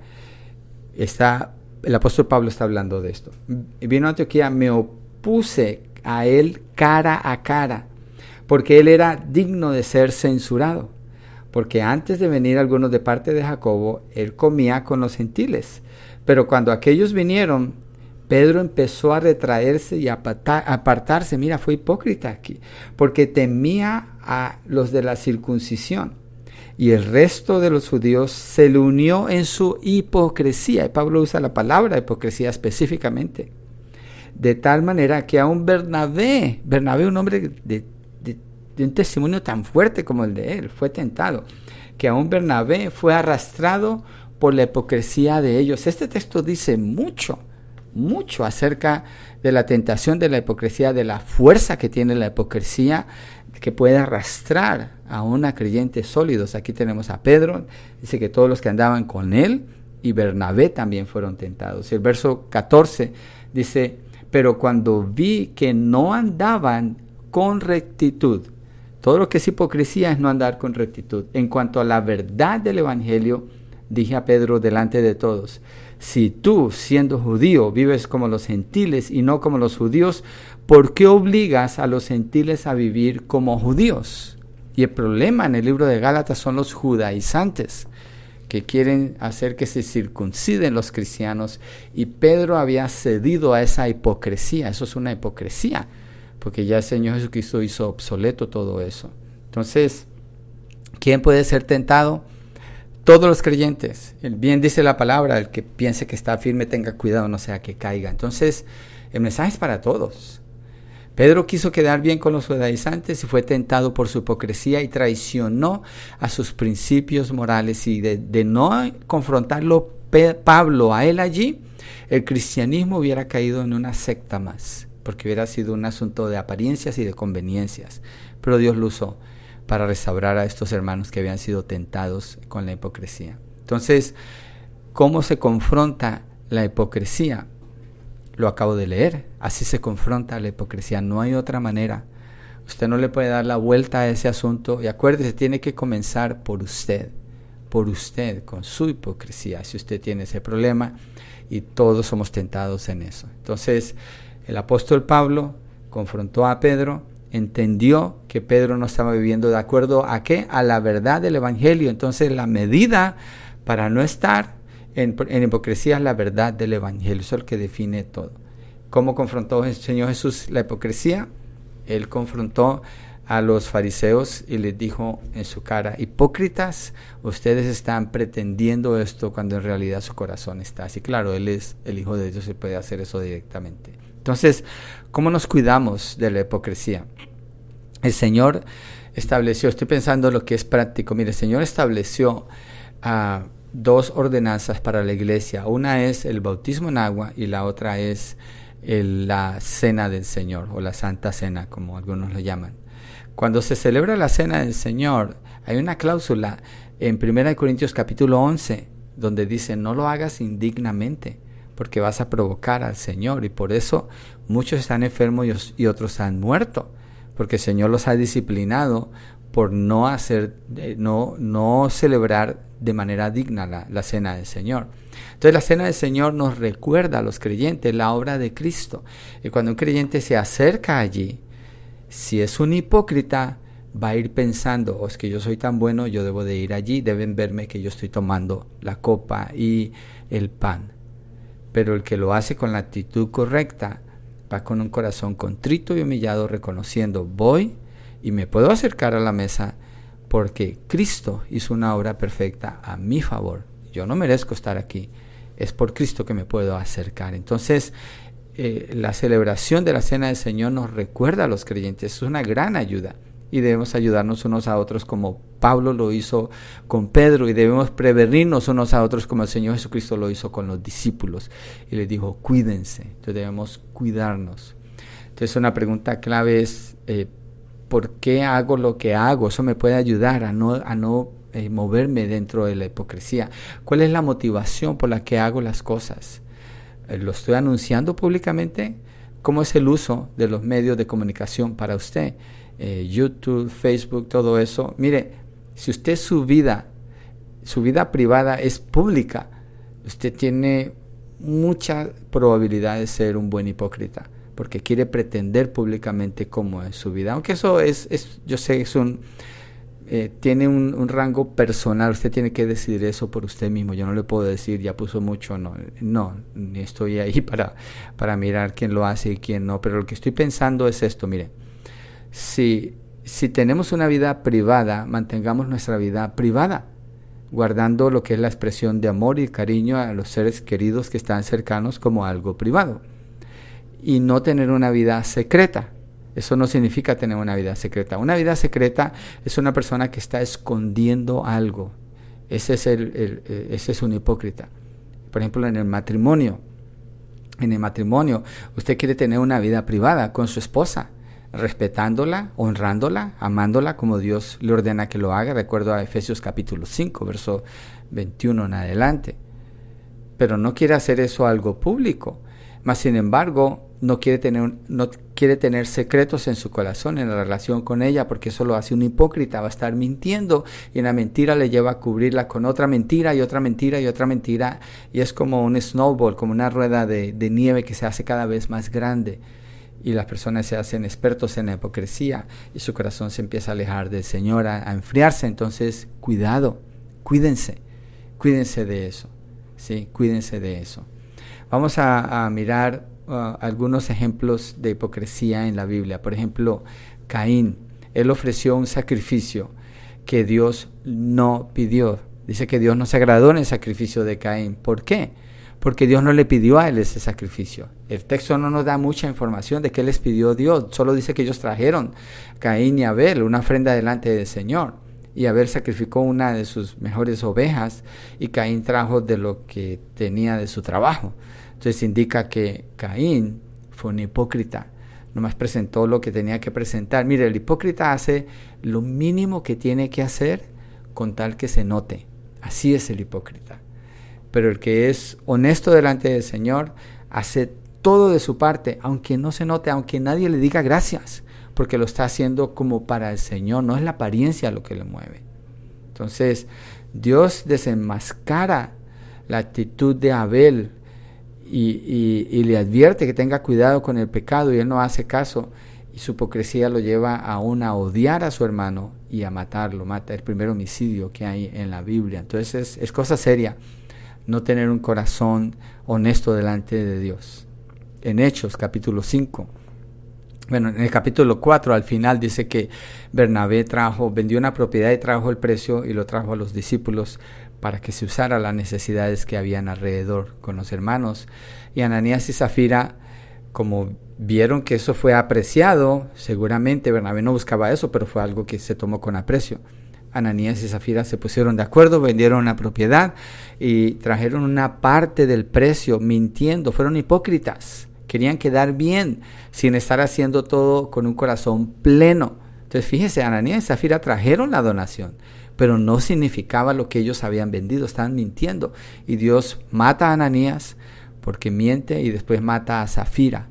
B: el apóstol Pablo está hablando de esto. Vino a Antioquía, me opuse a él cara a cara, porque él era digno de ser censurado. Porque antes de venir algunos de parte de Jacobo, él comía con los gentiles. Pero cuando aquellos vinieron, Pedro empezó a retraerse y a apartarse. Mira, fue hipócrita aquí, porque temía a los de la circuncisión. Y el resto de los judíos se le unió en su hipocresía. Y Pablo usa la palabra hipocresía específicamente. De tal manera que aún Bernabé, un hombre de un testimonio tan fuerte como el de él, fue tentado. Que aún Bernabé fue arrastrado por la hipocresía de ellos. Este texto dice mucho acerca de la tentación de la hipocresía, de la fuerza que tiene la hipocresía, que puede arrastrar a una creyente sólidos. Aquí tenemos a Pedro, dice que todos los que andaban con él, y Bernabé también fueron tentados. El verso 14 dice: pero cuando vi que no andaban con rectitud. Todo lo que es hipocresía es no andar con rectitud. En cuanto a la verdad del evangelio, dije a Pedro delante de todos: si tú, siendo judío, vives como los gentiles y no como los judíos, ¿por qué obligas a los gentiles a vivir como judíos? Y el problema en el libro de Gálatas son los judaizantes, que quieren hacer que se circunciden los cristianos, y Pedro había cedido a esa hipocresía. Eso es una hipocresía, porque ya el Señor Jesucristo hizo obsoleto todo eso. Entonces, ¿quién puede ser tentado? Todos los creyentes. Bien dice la palabra: el que piense que está firme tenga cuidado, no sea que caiga. Entonces, el mensaje es para todos. Pedro quiso quedar bien con los judaizantes y fue tentado por su hipocresía y traicionó a sus principios morales. Y de no confrontarlo Pablo a él allí, el cristianismo hubiera caído en una secta más, porque hubiera sido un asunto de apariencias y de conveniencias. Pero Dios lo usó para restaurar a estos hermanos que habían sido tentados con la hipocresía. Entonces, ¿cómo se confronta la hipocresía? Lo acabo de leer. Así se confronta la hipocresía. No hay otra manera. Usted no le puede dar la vuelta a ese asunto. Y acuérdese, tiene que comenzar por usted, con su hipocresía, si usted tiene ese problema, y todos somos tentados en eso. Entonces, el apóstol Pablo confrontó a Pedro, entendió que Pedro no estaba viviendo de acuerdo a ¿qué? A la verdad del evangelio. Entonces, la medida para no estar en hipocresía es la verdad del evangelio. Eso es lo que define todo. ¿Cómo confrontó el Señor Jesús la hipocresía? Él confrontó a los fariseos y les dijo en su cara: hipócritas, ustedes están pretendiendo esto cuando en realidad su corazón está así. Claro, Él es el Hijo de Dios y puede hacer eso directamente. Entonces, ¿cómo nos cuidamos de la hipocresía? El Señor estableció, estoy pensando lo que es práctico. Mire, el Señor estableció dos ordenanzas para la iglesia. Una es el bautismo en agua y la otra es la cena del Señor, o la Santa Cena, como algunos lo llaman. Cuando se celebra la cena del Señor, hay una cláusula en 1 Corintios capítulo 11, donde dice: no lo hagas indignamente, porque vas a provocar al Señor, y por eso muchos están enfermos y otros han muerto, porque el Señor los ha disciplinado por no celebrar de manera digna la cena del Señor. Entonces la cena del Señor nos recuerda a los creyentes la obra de Cristo, y cuando un creyente se acerca allí, si es un hipócrita, va a ir pensando: oh, es que yo soy tan bueno, yo debo de ir allí, deben verme que yo estoy tomando la copa y el pan. Pero el que lo hace con la actitud correcta, va con un corazón contrito y humillado, reconociendo: voy y me puedo acercar a la mesa porque Cristo hizo una obra perfecta a mi favor. Yo no merezco estar aquí, es por Cristo que me puedo acercar. Entonces, la celebración de la Cena del Señor nos recuerda a los creyentes, es una gran ayuda, y debemos ayudarnos unos a otros como Pablo lo hizo con Pedro, y debemos prevenirnos unos a otros como el Señor Jesucristo lo hizo con los discípulos, y les dijo: cuídense. Entonces debemos cuidarnos. Entonces una pregunta clave es: ¿por qué hago lo que hago? Eso me puede ayudar a no moverme dentro de la hipocresía. ¿Cuál es la motivación por la que hago las cosas? ¿Lo estoy anunciando públicamente? ¿Cómo es el uso de los medios de comunicación para usted? YouTube, Facebook, todo eso. Mire, si usted su vida privada es pública, usted tiene mucha probabilidad de ser un buen hipócrita, porque quiere pretender públicamente cómo es su vida. Aunque eso yo sé, tiene un rango personal, usted tiene que decidir eso por usted mismo. Yo no le puedo decir: ya puso mucho, no, ni estoy ahí para mirar quién lo hace y quién no. Pero lo que estoy pensando es esto: mire, si tenemos una vida privada, mantengamos nuestra vida privada, guardando lo que es la expresión de amor y cariño a los seres queridos que están cercanos como algo privado, y no tener una vida secreta. Eso no significa tener una vida secreta. Una vida secreta es una persona que está escondiendo algo. Ese es un hipócrita. Por ejemplo, en el matrimonio, usted quiere tener una vida privada con su esposa, respetándola, honrándola, amándola como Dios le ordena que lo haga. Recuerdo a Efesios capítulo 5, verso 21 en adelante. Pero no quiere hacer eso algo público. Mas, sin embargo, no quiere tener secretos en su corazón en la relación con ella, porque eso lo hace un hipócrita. Va a estar mintiendo, y la mentira le lleva a cubrirla con otra mentira y otra mentira y otra mentira, y es como un snowball, como una rueda de nieve que se hace cada vez más grande, y las personas se hacen expertos en la hipocresía y su corazón se empieza a alejar del Señor, a enfriarse. Entonces, cuidado, cuídense de eso, ¿sí? Cuídense de eso. Vamos a mirar algunos ejemplos de hipocresía en la Biblia. Por ejemplo, Caín. Él ofreció un sacrificio que Dios no pidió. Dice que Dios no se agradó en el sacrificio de Caín. ¿Por qué? Porque Dios no le pidió a él ese sacrificio. El texto no nos da mucha información de qué les pidió Dios. Solo dice que ellos trajeron, Caín y Abel, una ofrenda delante del Señor. Y Abel sacrificó una de sus mejores ovejas, y Caín trajo de lo que tenía de su trabajo. Entonces indica que Caín fue un hipócrita. Nomás presentó lo que tenía que presentar. Mire, el hipócrita hace lo mínimo que tiene que hacer con tal que se note. Así es el hipócrita. Pero el que es honesto delante del Señor hace todo de su parte, aunque no se note, aunque nadie le diga gracias, porque lo está haciendo como para el Señor. No es la apariencia lo que le mueve. Entonces, Dios desenmascara la actitud de Abel y le advierte que tenga cuidado con el pecado, y él no hace caso, y su hipocresía lo lleva aún a odiar a su hermano y a matarlo. Mata el primer homicidio que hay en la Biblia. Entonces es cosa seria no tener un corazón honesto delante de Dios. En Hechos capítulo 5 Bueno, en el capítulo 4 al final dice que Bernabé vendió una propiedad y trajo el precio y lo trajo a los discípulos para que se usara las necesidades que habían alrededor con los hermanos. Y Ananías y Zafira, como vieron que eso fue apreciado, seguramente Bernabé no buscaba eso, pero fue algo que se tomó con aprecio. Ananías y Zafira se pusieron de acuerdo, vendieron la propiedad y trajeron una parte del precio mintiendo, fueron hipócritas. Querían quedar bien, sin estar haciendo todo con un corazón pleno. Entonces, fíjese, Ananías y Zafira trajeron la donación, pero no significaba lo que ellos habían vendido, estaban mintiendo. Y Dios mata a Ananías porque miente y después mata a Zafira.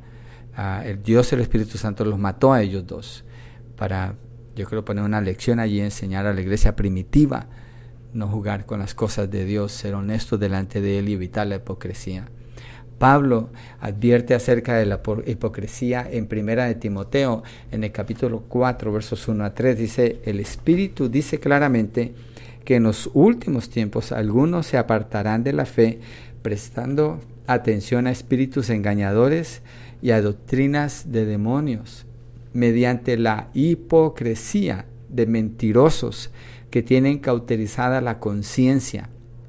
B: El Dios y el Espíritu Santo los mató a ellos dos para, yo creo, poner una lección allí, enseñar a la iglesia primitiva, no jugar con las cosas de Dios, ser honestos delante de Él y evitar la hipocresía. Pablo advierte acerca de la hipocresía en 1 de Timoteo, en el capítulo 4, versos 1 a 3, dice, el Espíritu dice claramente que en los últimos tiempos algunos se apartarán de la fe, prestando atención a espíritus engañadores y a doctrinas de demonios, mediante la hipocresía de mentirosos que tienen cauterizada la conciencia.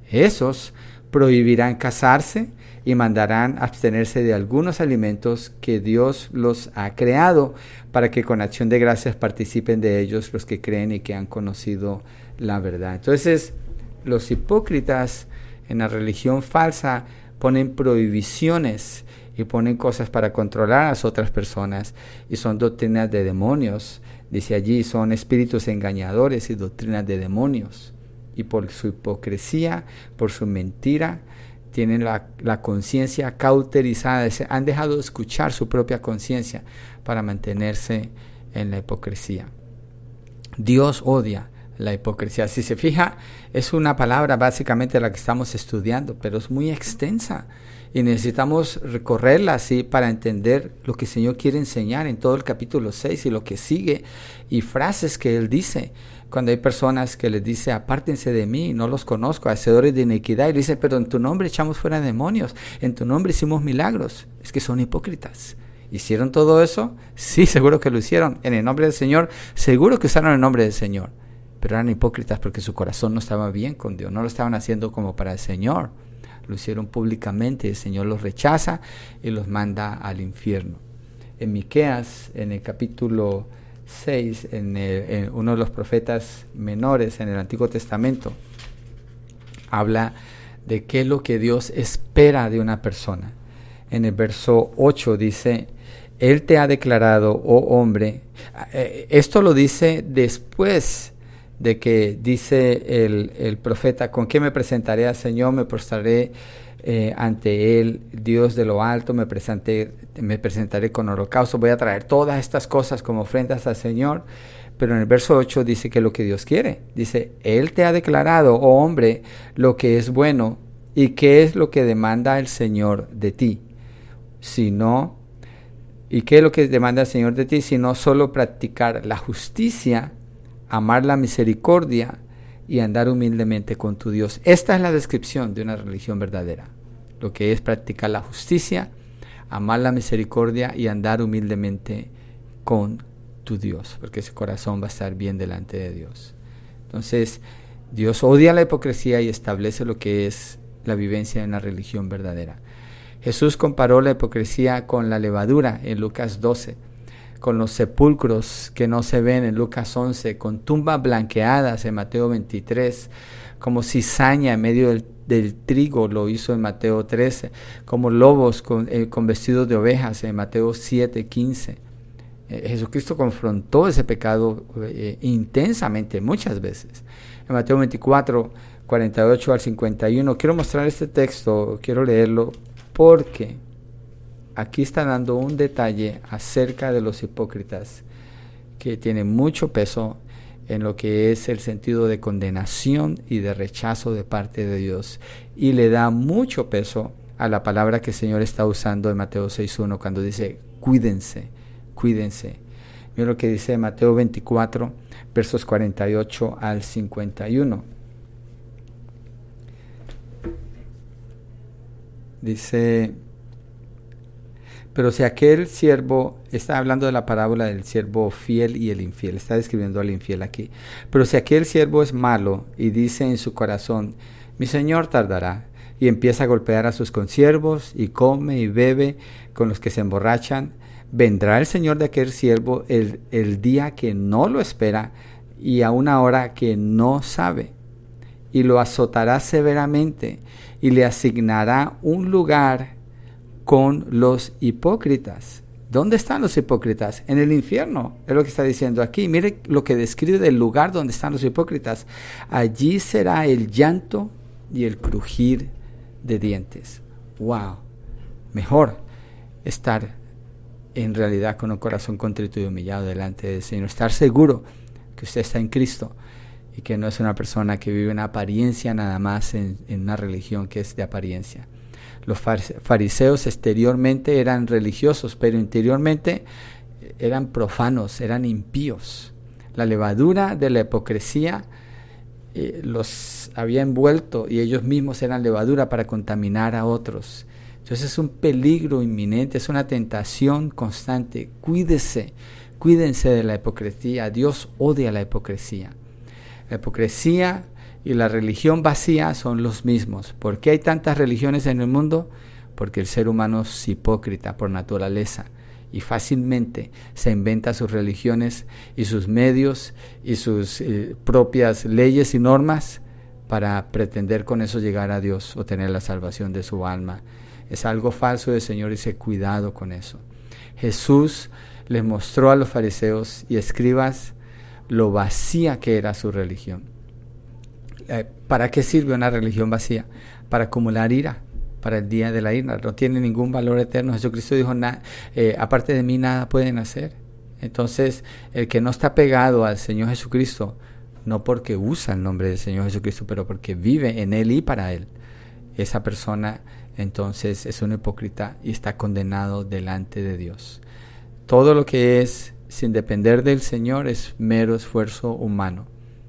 B: Esos prohibirán casarse y mandarán abstenerse de algunos alimentos que Dios los ha creado para que con acción de gracias participen de ellos los que creen y que han conocido la verdad. Entonces, los hipócritas en la religión falsa ponen prohibiciones y ponen cosas para controlar a las otras personas y son doctrinas de demonios. Dice allí, son espíritus engañadores y doctrinas de demonios. Y por su hipocresía, por su mentira, tienen la conciencia cauterizada, han dejado de escuchar su propia conciencia para mantenerse en la hipocresía. Dios odia la hipocresía. Si se fija, es una palabra básicamente la que estamos estudiando, pero es muy extensa y necesitamos recorrerla así para entender lo que el Señor quiere enseñar en todo el capítulo 6 y lo que sigue y frases que Él dice. Cuando hay personas que les dice, apártense de mí, no los conozco, hacedores de iniquidad, y le dice, pero en tu nombre echamos fuera demonios, en tu nombre hicimos milagros. Es que son hipócritas. ¿Hicieron todo eso? Sí, seguro que lo hicieron. En el nombre del Señor, seguro que usaron el nombre del Señor. Pero eran hipócritas porque su corazón no estaba bien con Dios, no lo estaban haciendo como para el Señor. Lo hicieron públicamente, el Señor los rechaza y los manda al infierno. En Miqueas, en el capítulo 6, en uno de los profetas menores en el Antiguo Testamento, habla de qué es lo que Dios espera de una persona. En el verso 8 dice, Él te ha declarado, oh hombre, esto lo dice después de que dice el profeta, ¿con qué me presentaré al Señor? Me postraré ante Él, Dios de lo alto, me presentaré con holocausto, voy a traer todas estas cosas como ofrendas al Señor. Pero en el verso 8 dice que lo que Dios quiere, dice, Él te ha declarado, oh hombre, lo que es bueno y qué es lo que demanda el Señor de ti. ¿Y qué es lo que demanda el Señor de ti? Sino solo practicar la justicia, amar la misericordia y andar humildemente con tu Dios. Esta es la descripción de una religión verdadera. Lo que es practicar la justicia, amar la misericordia y andar humildemente con tu Dios, porque ese corazón va a estar bien delante de Dios. Entonces, Dios odia la hipocresía y establece lo que es la vivencia en la religión verdadera. Jesús comparó la hipocresía con la levadura en Lucas 12, con los sepulcros que no se ven en Lucas 11, con tumbas blanqueadas en Mateo 23, como cizaña en medio del trigo lo hizo en Mateo 13, como lobos con vestidos de ovejas en Mateo 7, 15. Jesucristo confrontó ese pecado intensamente muchas veces. En Mateo 24, 48 al 51, quiero mostrar este texto, quiero leerlo porque aquí está dando un detalle acerca de los hipócritas que tiene mucho peso en lo que es el sentido de condenación y de rechazo de parte de Dios. Y le da mucho peso a la palabra que el Señor está usando en Mateo 6.1 cuando dice, cuídense, cuídense. Mira lo que dice Mateo 24, versos 48 al 51. Dice, Pero si aquel siervo, está hablando de la parábola del siervo fiel y el infiel, está describiendo al infiel aquí. Pero si aquel siervo es malo y dice en su corazón, mi señor tardará, y empieza a golpear a sus consiervos y come y bebe con los que se emborrachan, vendrá el señor de aquel siervo el día que no lo espera y a una hora que no sabe, y lo azotará severamente y le asignará un lugar con los hipócritas. ¿Dónde están los hipócritas? En el infierno, es lo que está diciendo aquí. Mire lo que describe del lugar donde están los hipócritas. Allí será el llanto y el crujir de dientes. ¡Wow! Mejor estar en realidad con un corazón contrito y humillado delante del Señor. Estar seguro que usted está en Cristo y que no es una persona que vive en apariencia nada más en una religión que es de apariencia. Los fariseos exteriormente eran religiosos, pero interiormente eran profanos, eran impíos. La levadura de la hipocresía los había envuelto y ellos mismos eran levadura para contaminar a otros. Entonces es un peligro inminente, es una tentación constante. Cuídense de la hipocresía. Dios odia la hipocresía. La hipocresía y la religión vacía son los mismos. ¿Por qué hay tantas religiones en el mundo? Porque el ser humano es hipócrita por naturaleza y fácilmente se inventa sus religiones y sus medios y sus propias leyes y normas para pretender con eso llegar a Dios o tener la salvación de su alma. Es algo falso del Señor y dice cuidado con eso. Jesús les mostró a los fariseos y escribas lo vacía que era su religión. ¿Para qué sirve una religión vacía? Para acumular ira, para el día de la ira. No tiene ningún valor eterno. Jesucristo dijo, aparte de mí nada pueden hacer. Entonces, el que no está pegado al Señor Jesucristo, no porque usa el nombre del Señor Jesucristo, pero porque vive en Él y para Él, esa persona entonces es un hipócrita y está condenado delante de Dios. Todo lo que es sin depender del Señor es mero esfuerzo humano.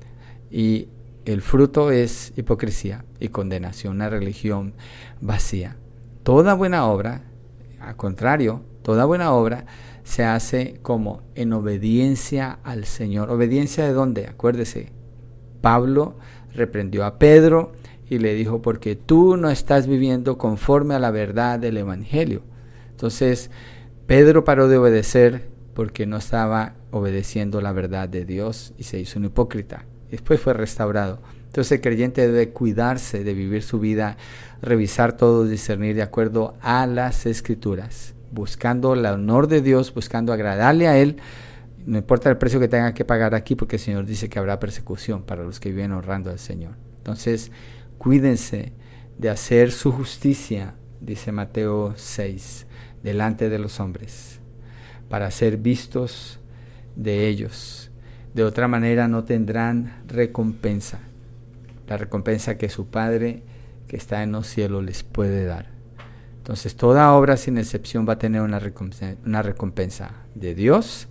B: Y el fruto es hipocresía y condenación, una religión vacía. Toda buena obra, al contrario, toda buena obra se hace como en obediencia al Señor. ¿Obediencia de dónde? Acuérdese, Pablo reprendió a Pedro y le dijo, porque tú no estás viviendo conforme a la verdad del Evangelio. Entonces, Pedro paró de obedecer porque no estaba obedeciendo la verdad de Dios y se hizo un hipócrita. Después fue restaurado. Entonces el creyente debe cuidarse de vivir su vida, revisar todo, discernir de acuerdo a las Escrituras, buscando el honor de Dios, buscando agradarle a Él, no importa el precio que tenga que pagar aquí, porque el Señor dice que habrá persecución para los que viven honrando al Señor. Entonces, cuídense de hacer su justicia, dice Mateo 6, delante de los hombres, para ser vistos de ellos. De otra manera no tendrán recompensa, la recompensa que su Padre que está en los cielos les puede dar. Entonces toda obra sin excepción va a tener una recompensa de Dios,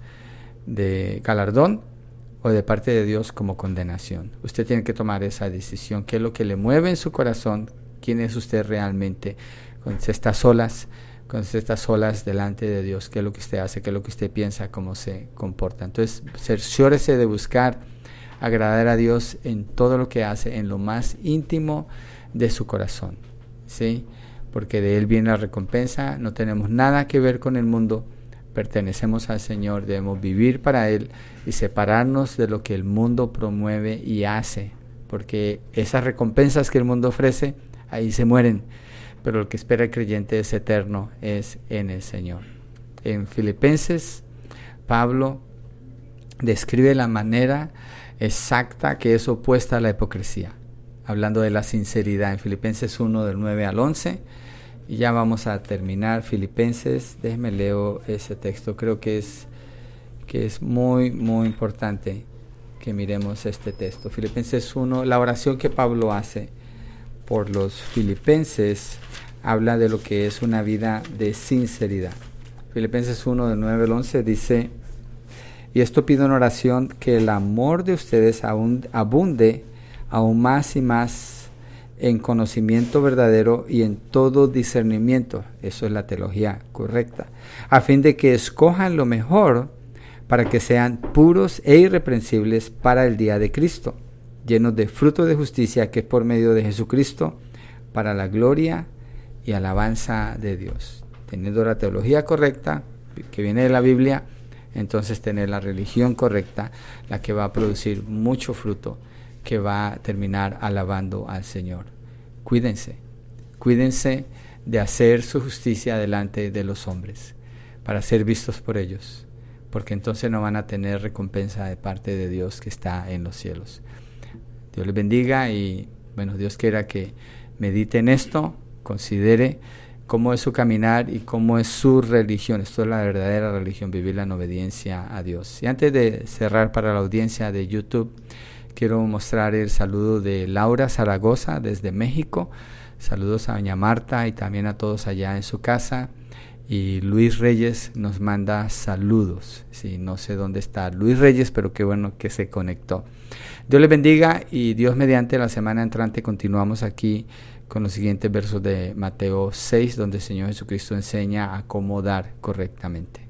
B: de galardón, o de parte de Dios como condenación. Usted tiene que tomar esa decisión, qué es lo que le mueve en su corazón, quién es usted realmente, cuando usted está solas delante de Dios, qué es lo que usted hace, qué es lo que usted piensa, cómo se comporta. Entonces, cerciórese de buscar agradar a Dios en todo lo que hace, en lo más íntimo de su corazón, ¿sí? Porque de Él viene la recompensa, no tenemos nada que ver con el mundo, pertenecemos al Señor, debemos vivir para Él y separarnos de lo que el mundo promueve y hace, porque esas recompensas que el mundo ofrece, ahí se mueren. Pero lo que espera el creyente es eterno, es en el Señor. En Filipenses, Pablo describe la manera exacta que es opuesta a la hipocresía, hablando de la sinceridad, en Filipenses 1, del 9 al 11, y ya vamos a terminar Filipenses. Déjeme leo ese texto, creo que es muy, muy importante que miremos este texto. Filipenses 1, la oración que Pablo hace por los filipenses habla de lo que es una vida de sinceridad. Filipenses 1, del 9 al 11 dice, y esto pido en oración, que el amor de ustedes abunde aún más y más en conocimiento verdadero y en todo discernimiento, eso es la teología correcta, a fin de que escojan lo mejor para que sean puros e irreprensibles para el día de Cristo, llenos de fruto de justicia que es por medio de Jesucristo, para la gloria y alabanza de Dios. Teniendo la teología correcta, que viene de la Biblia, entonces tener la religión correcta, la que va a producir mucho fruto, que va a terminar alabando al Señor. Cuídense de hacer su justicia delante de los hombres, para ser vistos por ellos, porque entonces no van a tener recompensa de parte de Dios que está en los cielos. Dios les bendiga y bueno, Dios quiera que medite en esto, considere cómo es su caminar y cómo es su religión. Esto es la verdadera religión, vivirla en obediencia a Dios. Y antes de cerrar para la audiencia de YouTube, quiero mostrar el saludo de Laura Zaragoza desde México. Saludos a doña Marta y también a todos allá en su casa. Y Luis Reyes nos manda saludos. Sí, no sé dónde está Luis Reyes, pero qué bueno que se conectó. Dios les bendiga y Dios mediante la semana entrante continuamos aquí con los siguientes versos de Mateo 6, donde el Señor Jesucristo enseña a cómo dar correctamente.